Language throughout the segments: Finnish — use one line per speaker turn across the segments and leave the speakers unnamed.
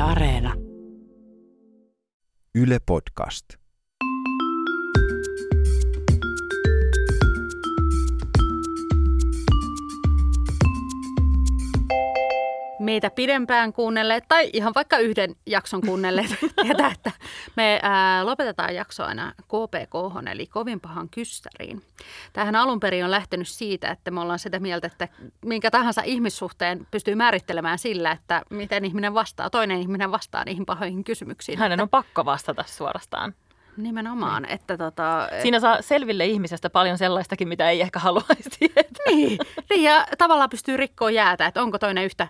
Areena.
Yle Podcast.
Meitä pidempään kuunnelleet tai ihan vaikka yhden jakson kuunnelleet tietää, että me lopetetaan jakso aina KPK:hon eli kovin pahan kyssäriin. Tämähän alun perin on lähtenyt siitä, että me ollaan sitä mieltä, että minkä tahansa ihmissuhteen pystyy määrittelemään sillä, että miten ihminen vastaa, toinen ihminen vastaa niihin pahoihin kysymyksiin.
Hänen on pakko vastata suorastaan.
Nimenomaan, että
Siinä saa selville ihmisestä paljon sellaistakin, mitä ei ehkä haluaisi tietää.
Niin, ja tavallaan pystyy rikkoa jäätä, että onko toinen yhtä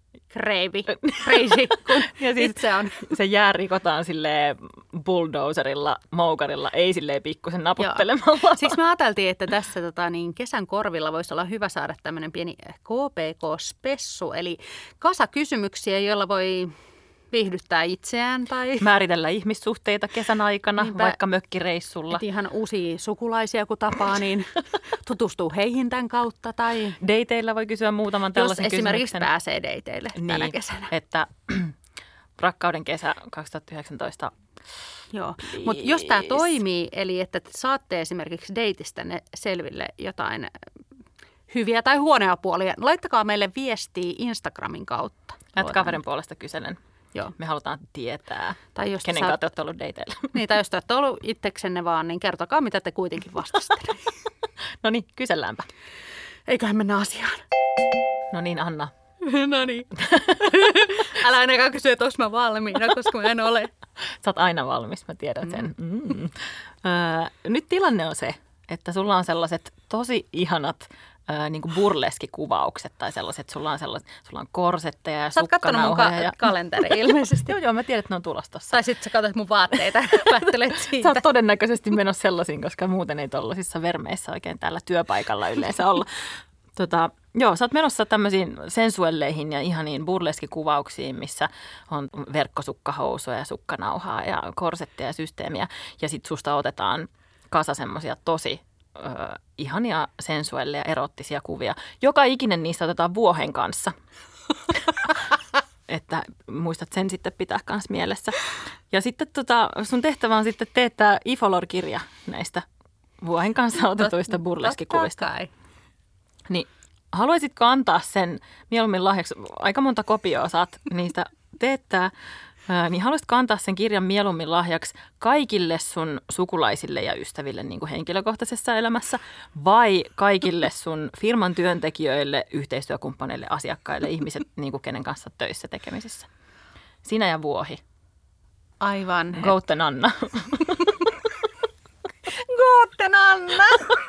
crazy kuin
ja siis
itse on.
Se jää rikotaan silleen bulldozerilla, moukarilla, ei silleen pikkusen naputtelemalla.
Siksi me ajateltiin, että tässä kesän korvilla voisi olla hyvä saada tämmöinen pieni KPK-spessu, eli kasa kysymyksiä, joilla voi viihdyttää itseään tai
määritellä ihmissuhteita kesän aikana, vaikka mökkireissulla.
Et ihan uusia sukulaisia kun tapaa, niin tutustuu heihin tämän kautta. Tai
dateilla voi kysyä muutaman tällaisen
jos esimerkiksi
kysymyksen.
pääsee dateille tänä kesänä.
Että rakkauden kesä 2019.
Joo, mutta jos tämä toimii, eli että te saatte esimerkiksi dateista selville jotain hyviä tai huonoja puolia, laittakaa meille viestiä Instagramin kautta.
Kaverin puolesta kyselen.
Joo.
Me halutaan tietää,
tai jos
kenen kautta olette ollut dateilla.
Niin, tai jos te olette ollut itseksenne vaan, niin kertokaa, mitä te kuitenkin vastasitte.
No niin, kyselläänpä.
Eiköhän mennä asiaan.
No niin, Anna.
No niin. Älä ainakaan kysy, että onko mä valmiina, koska mä en ole.
Sä oot aina valmis, mä tiedän sen. Nyt tilanne on se, että sulla on sellaiset tosi ihanat niin kuin burleskikuvaukset tai sellaiset, sulla on korsetteja ja sukkanauhoja.
Sä oot kattonut mun kalenteri ilmeisesti.
Joo, mä tiedän, että ne on tulossa tossa.
Tai sitten sä katsot mun vaatteita ja päättelet siitä.
Sä oot todennäköisesti menossa sellaisiin, koska muuten ei tollasissa vermeissä oikein täällä työpaikalla yleensä olla. Joo, sä oot menossa tämmöisiin sensuelleihin ja ihaniin burleskikuvauksiin, missä on verkkosukkahousuja ja sukkanauhaa ja korsetteja ja systeemiä. Ja sit susta otetaan kasa semmoisia tosi ihania sensuelleja erottisia kuvia. Joka ikinen niistä otetaan vuohen kanssa. Että muistat sen sitten pitää kans mielessä. Ja sitten sun tehtävä on sitten teettää Ifolor-kirja näistä vuohen kanssa otetuista burleskikuvista. Niin haluaisitko antaa sen mieluummin lahjaksi? Aika monta kopioa saat niistä teettää. Niin haluaisitko antaa sen kirjan mieluummin lahjaksi kaikille sun sukulaisille ja ystäville niin kuin henkilökohtaisessa elämässä vai kaikille sun firman työntekijöille, yhteistyökumppaneille, asiakkaille, ihmiset, niin kuin kenen kanssa töissä tekemisissä? Sinä ja vuohi.
Aivan.
Goten Anna.
Goten Anna.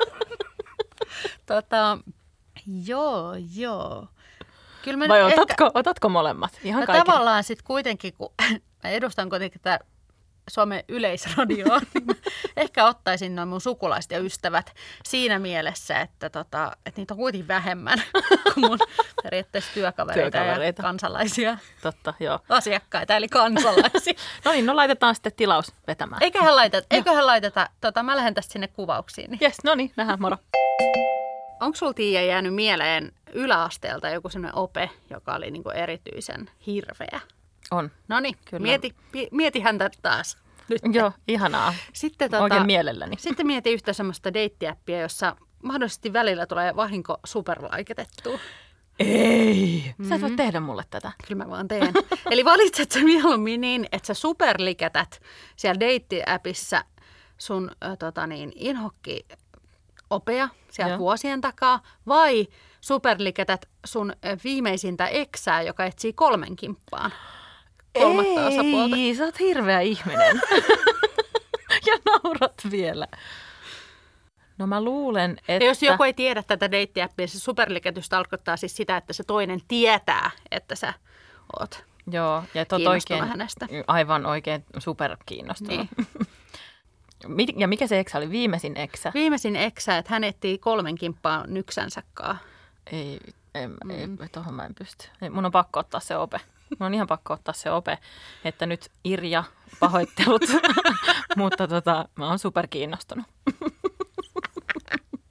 Joo. Kyllä
vai otatko molemmat? Ihan kaikki.
Tavallaan sitten kuitenkin, kun mä edustan kuitenkin tätä Suomen Yleisradioa, niin mä ehkä ottaisin noin mun sukulaiset ja ystävät siinä mielessä, että niitä on kuitenkin vähemmän kuin mun periaatteessa työkavereita ja kansalaisia.
Totta, joo.
Asiakkaita, eli kansalaisia.
No niin, laitetaan sitten tilaus vetämään.
Eiköhän laiteta, mä lähden tästä sinne kuvauksiin. Niin.
Jes, no niin, nähdään, moro.
Onko sulla, Tiia, jäänyt mieleen yläasteelta joku sellainen ope, joka oli niinku erityisen hirveä?
On.
No niin, mieti häntä taas. Nyt.
Joo, ihanaa.
Sitten,
oikein mielelläni.
Sitten mieti yhtä semmoista deittiäppiä, jossa mahdollisesti välillä tulee vahinko superlaiketettua.
Ei! Sä et voi tehdä mulle tätä.
Kyllä mä vaan teen. Eli valitset sä mieluummin niin, että sä superlikätät siellä deittiäpissä sun inhokki opea sieltä vuosien takaa, vai superlikätät sun viimeisintä eksää, joka etsii 3 kimppaan kolmatta osapuolta.
Ei, sä oot hirveä ihminen. Ja naurat vielä. No mä luulen, että...
Ja jos joku ei tiedä tätä deittiäppiä, se superlikätys tarkoittaa siis sitä, että se toinen tietää, että oot
joo, ja
kiinnostunut hänestä.
Aivan oikein superkiinnostunut. Niin. Ja mikä se eksä oli? Viimeisin eksä?
Viimeisin eksä, että hän etsii 3 kimppaa nyksänsäkaan.
Ei, tohon mä en pysty. Mun on pakko ottaa se ope. Mun on ihan pakko ottaa se ope, että nyt Irja, pahoittelut, mutta mä oon superkiinnostunut.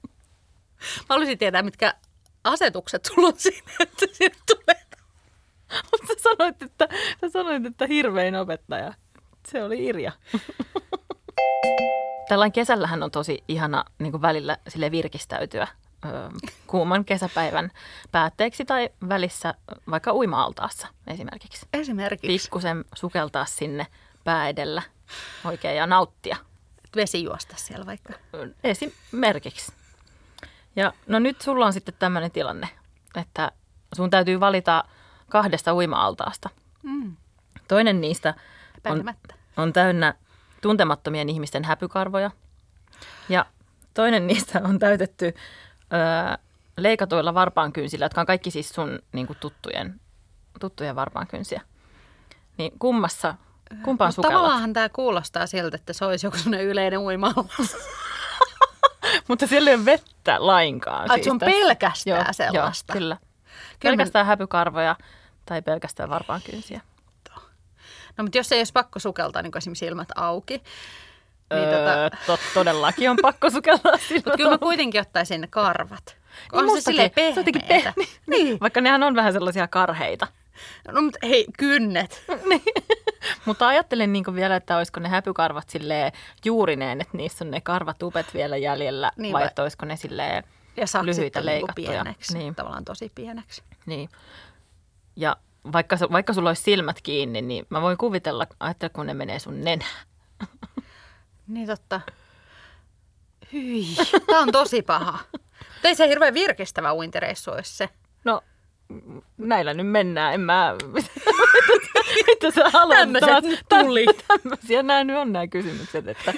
Mä haluaisin tietää, mitkä asetukset sulla on siinä, että sinne tulee
Mutta sä sanoit, että hirvein opettaja. Se oli Irja. Tällainen kesällähän on tosi ihana niin kuin välillä sille virkistäytyä kuuman kesäpäivän päätteeksi tai välissä vaikka uima-altaassa esimerkiksi. Pikkusen sukeltaa sinne pää edellä oikein ja nauttia.
Vesi juosta siellä vaikka.
Esimerkiksi. Ja no nyt sulla on sitten tämmöinen tilanne, että sun täytyy valita 2 uima-altaasta. Toinen niistä on täynnä tuntemattomien ihmisten häpykarvoja ja toinen niistä on täytetty leikatuilla varpaankynsillä, jotka on kaikki siis sun niin kuin tuttujen varpaankynsiä. Niin kumpaan sukellat?
Tavallaan tämä kuulostaa siltä, että se olisi joku sellainen yleinen uima-allas.
Mutta siellä ei ole vettä lainkaan.
Siis se on pelkästään sellaista.
Joo, kyllä. Pelkästään häpykarvoja tai pelkästään varpaankynsiä.
No mutta jos ei olisi pakko sukeltaa, niin kuin esimerkiksi silmät auki. Niin
todellakin on pakko sukeltaa silmät.
Mutta kyllä mä kuitenkin ottaisin ne karvat. On se silleen pehmeitä.
Niin. Vaikka nehän on vähän sellaisia karheita.
No mutta hei, kynnet.
Mutta ajattelen niin vielä, että olisiko ne häpykarvat silleen juurineen, että niissä on ne karvatupet vielä jäljellä. Niin vai että olisiko ne silleen lyhyitä leikattuja.
Pieneksi, niin. Tavallaan tosi pieneksi.
Niin. Ja vaikka sulla olisi silmät kiinni, niin mä voin kuvitella, että kun ne menee sun nenään.
Niin totta. Hyi, tää on tosi paha. Mutta ei se hirveän virkistävä uintireissu olisi se.
No, näillä nyt mennään. En mä... Mitä sä haluat?
Tämmöiset nyt tuli.
Tämmöisiä nämä nyt on nämä kysymykset, että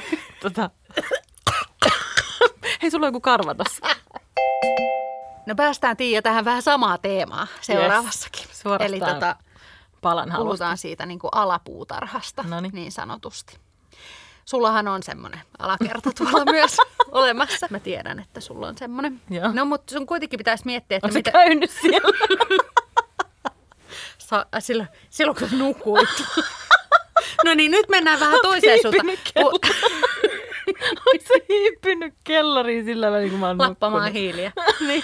Hei, sulla on joku karva tossa.
No päästään Tiia tähän vähän samaa teemaa seuraavassakin.
Yes, suorastaan
eli
palan halusta.
Puhutaan siitä niin kuin alapuutarhasta niin sanotusti. Sullahan on semmoinen alakerta tuolla myös olemassa. Mä tiedän, että sulla on semmoinen.
Joo.
No, mutta sun kuitenkin pitäisi miettiä, että...
Onko se käynyt siellä?
Silloin kun nukuit. No niin, nyt mennään vähän toiseen suuntaan.
Onko se hiippinyt kellariin sillä välin, kun mä oon
lappamaan hiiliä. Niin.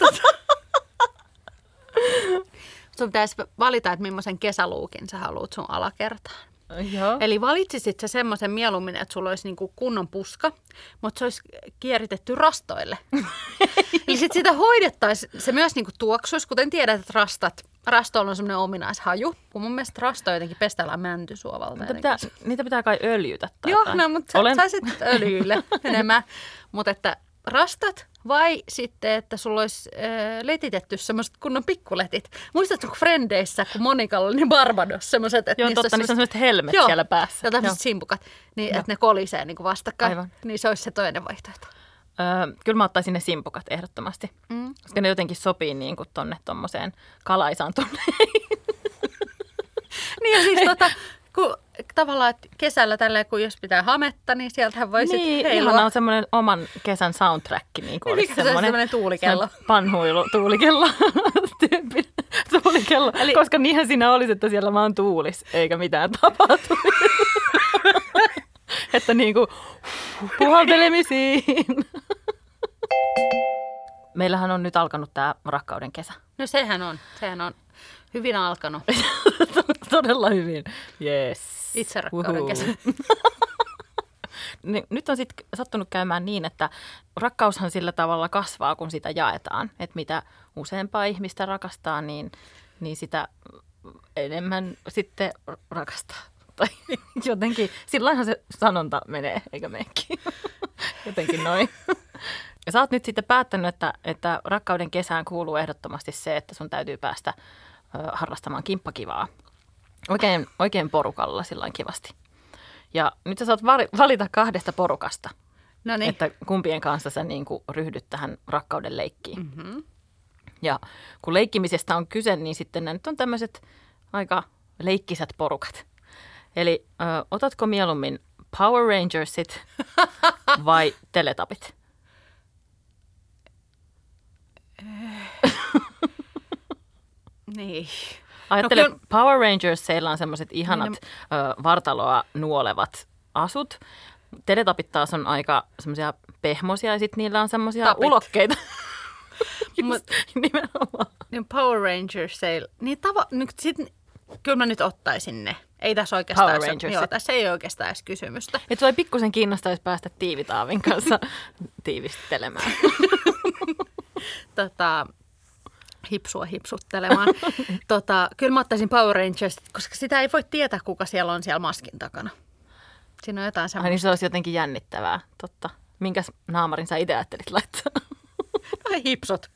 Sun pitäisi valita, että millaisen kesäluukin sä haluat sun alakertaan.
Joo.
Eli valitsisit sä semmoisen mieluummin, että sulla olisi niinku kunnon puska, mutta se olisi kieritetty rastoille. Eli sitten sitä hoidettaisiin, se myös niinku tuoksuisi, kuten tiedät, että rastoilla on semmoinen ominaishaju, kun mun mielestä rastoja jotenkin pestellään mäntysuovalta.
Niitä pitää kai öljytä.
Joo, no, mutta saisit öljyille enemmän. Mutta että rastat vai sitten, että sulla olisi letitetty semmoiset kunnon pikkuletit. Muistatko Frendeissä, kun Monikalla oli niin Barbados semmoiset, että
joo, totta, niissä on semmoiset helmet siellä päässä.
Joo, tämmöiset simpukat, niin että ne kolisee niin kuin vastakkain. Aivan. Niin se olisi se toinen vaihtoehto.
Kyllä mä ottaisin ne simpukat ehdottomasti, koska ne jotenkin sopii niin kuin tonne tommoseen kalaisaan tunneihin.
Niin ja siis kun tavallaan, että kesällä tälleen, kun jos pitää hametta, niin sieltähän voi sitten heilua.
Niin, on semmoinen oman kesän soundtrack. Niin kuin
olisi semmoinen tuulikello.
Panhuilu tuulikello. Tuulikello. Eli, koska niinhän siinä olisi, että siellä vaan tuulis, eikä mitään tapahtu. Että niin kuin puhaltelemisiin. Meillähän on nyt alkanut tämä rakkauden kesä.
No sehän on hyvin alkanut.
Todella hyvin. Yes.
Itse rakkauden kesä.
Nyt on sitten sattunut käymään niin, että rakkaushan sillä tavalla kasvaa, kun sitä jaetaan. Että mitä useampaa ihmistä rakastaa, niin sitä enemmän sitten rakastaa. Tai jotenkin, silloinhan se sanonta menee, eikä menekin. Jotenkin noin. Ja sä oot nyt sitten päättänyt, että rakkauden kesään kuuluu ehdottomasti se, että sun täytyy päästä harrastamaan kimppakivaa. Oikein porukalla sillain kivasti. Ja nyt sä saat valita 2 porukasta,
Noniin.
että kumpien kanssa sä niin kuin ryhdyt tähän rakkauden leikkiin.
Mm-hmm.
Ja kun leikkimisestä on kyse, niin sitten nämä nyt on tämmöiset aika leikkisät porukat. Eli otatko mieluummin Power Rangersit vai Teletubbyt?
Niin.
Ajattele, Power Rangersseilla on semmoiset ihanat vartaloa nuolevat asut. Teletubbyt taas on aika semmoisia pehmosia ja sitten niillä on semmoisia ulokkeita. Nimenomaan.
Niin Power Rangers sale. Niin kyllä mä nyt ottaisin ne. Ei tässä oikeastaan, tässä ei oikeastaan edes kysymystä.
Et sua ei pikkusen kiinnostaisi päästä tiivitaavin kanssa tiivistelemään.
Hipsua hipsuttelemaan. Kyllä mä ottaisin Power Rangers, koska sitä ei voi tietää, kuka siellä on siellä maskin takana. Siinä on jotain semmoista.
Niin se olisi jotenkin jännittävää, totta. Minkäs naamarin sä itse ajattelit laittaa?
Ai hipsut.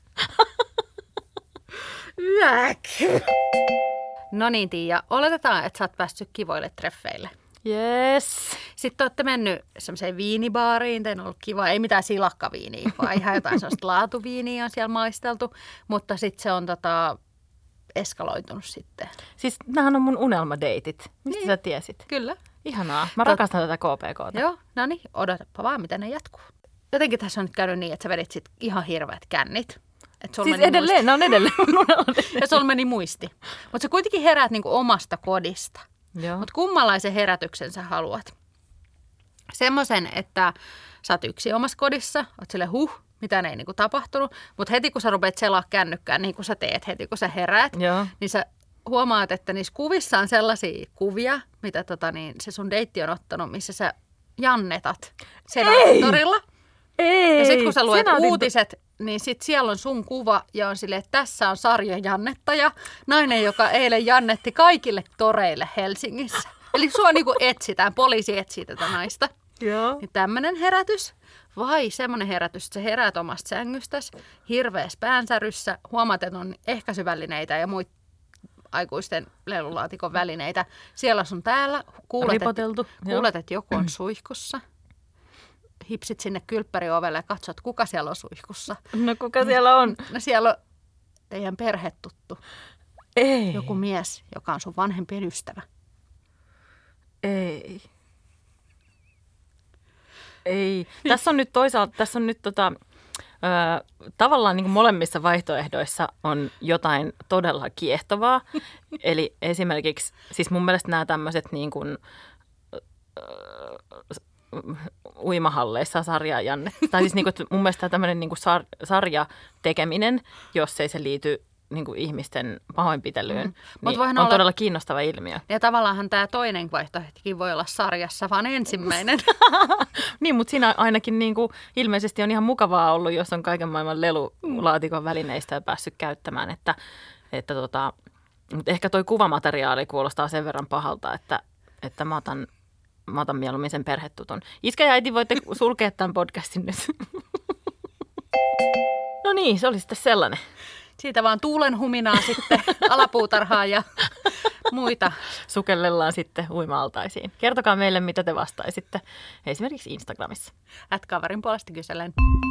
Yäk. No niin, Tiia. Oletetaan, että sä oot päässyt kivoille treffeille.
Yes.
Sitten olette mennyt semmoiseen viinibaariin, teillä on ollut kiva, ei mitään silakkaviiniä, vaan ihan jotain sellaista laatuviiniä on siellä maisteltu, mutta sitten se on eskaloitunut sitten.
Siis nämähän on mun unelmadeitit. Mistä sä tiesit?
Kyllä.
Ihanaa. Mä rakastan tätä KPK:ta.
Joo, no niin, odotapa vaan, miten ne jatkuu. Jotenkin tässä on nyt käynyt niin, että sä vedit sit ihan hirveät kännit.
Siis edelleen, ne on edelleen mun unelmadeitit.
Ja sulla meni muisti. Mutta sä kuitenkin heräät niinku omasta kodista. Mutta kummanlaisen herätyksen sä haluat? Semmoisen, että sä oot yksin omassa kodissa, oot silleen mitään ei niinku tapahtunut, mutta heti kun sä rupeat selaa kännykkään, niin kuin sä teet heti kun sä heräät, niin sä huomaat, että niissä kuvissa on sellaisia kuvia, mitä se sun deitti on ottanut, missä sä jannetat Senaattorilla.
Ei.
Ja sitten kun sä luet uutiset, niin sit siellä on sun kuva ja on silleen, että tässä on Sarja jannettaja, nainen, joka eilen jannetti kaikille toreille Helsingissä. Eli sua niinku etsitään, poliisi etsii tätä naista.
Joo.
Niin tämmönen herätys. Vai semmoinen herätys, että sä heräät omasta sängystäsi, hirveässä päänsäryssä, huomaat, että on ehkäisyvälineitä ja muita aikuisten lelulaatikon välineitä. Siellä sun täällä, kuulet, että joku on suihkussa. Hipsit sinne kylppäriovelle ja katsot, kuka siellä on suihkussa.
No kuka siellä on?
No siellä on teidän perhetuttu.
Ei.
Joku mies, joka on sun vanhempien ystävä.
Ei. Ei. Tässä on nyt toisaalta, tavallaan niin kuin molemmissa vaihtoehdoissa on jotain todella kiehtovaa. Eli esimerkiksi, siis mun mielestä nämä tämmöiset niin kuin uimahalleissa sarjajanne. Tai siis niin kuin, mun mielestä tämmöinen niin kuin sarjatekeminen, jos ei se liity niin kuin ihmisten pahoinpitelyyn, niin on todella kiinnostava ilmiö.
Ja tavallaanhan tämä toinen vaihtoehtokin voi olla sarjassa, vaan ensimmäinen.
Niin, mutta siinä ainakin niin kuin, ilmeisesti on ihan mukavaa ollut, jos on kaiken maailman lelulaatikon välineistä ja päässyt käyttämään. Mutta ehkä toi kuvamateriaali kuulostaa sen verran pahalta, että mä otan mieluummin sen perhetutun. Iskä ja äiti, voitte sulkea tämän podcastin nyt. No niin, se oli sitten sellainen.
Siitä vaan tuulen huminaa sitten alapuutarhaan ja muita.
Sukellellaan sitten uima-altaisiin. Kertokaa meille, mitä te vastaisitte esimerkiksi Instagramissa.
@kaverin puolesta kyselen.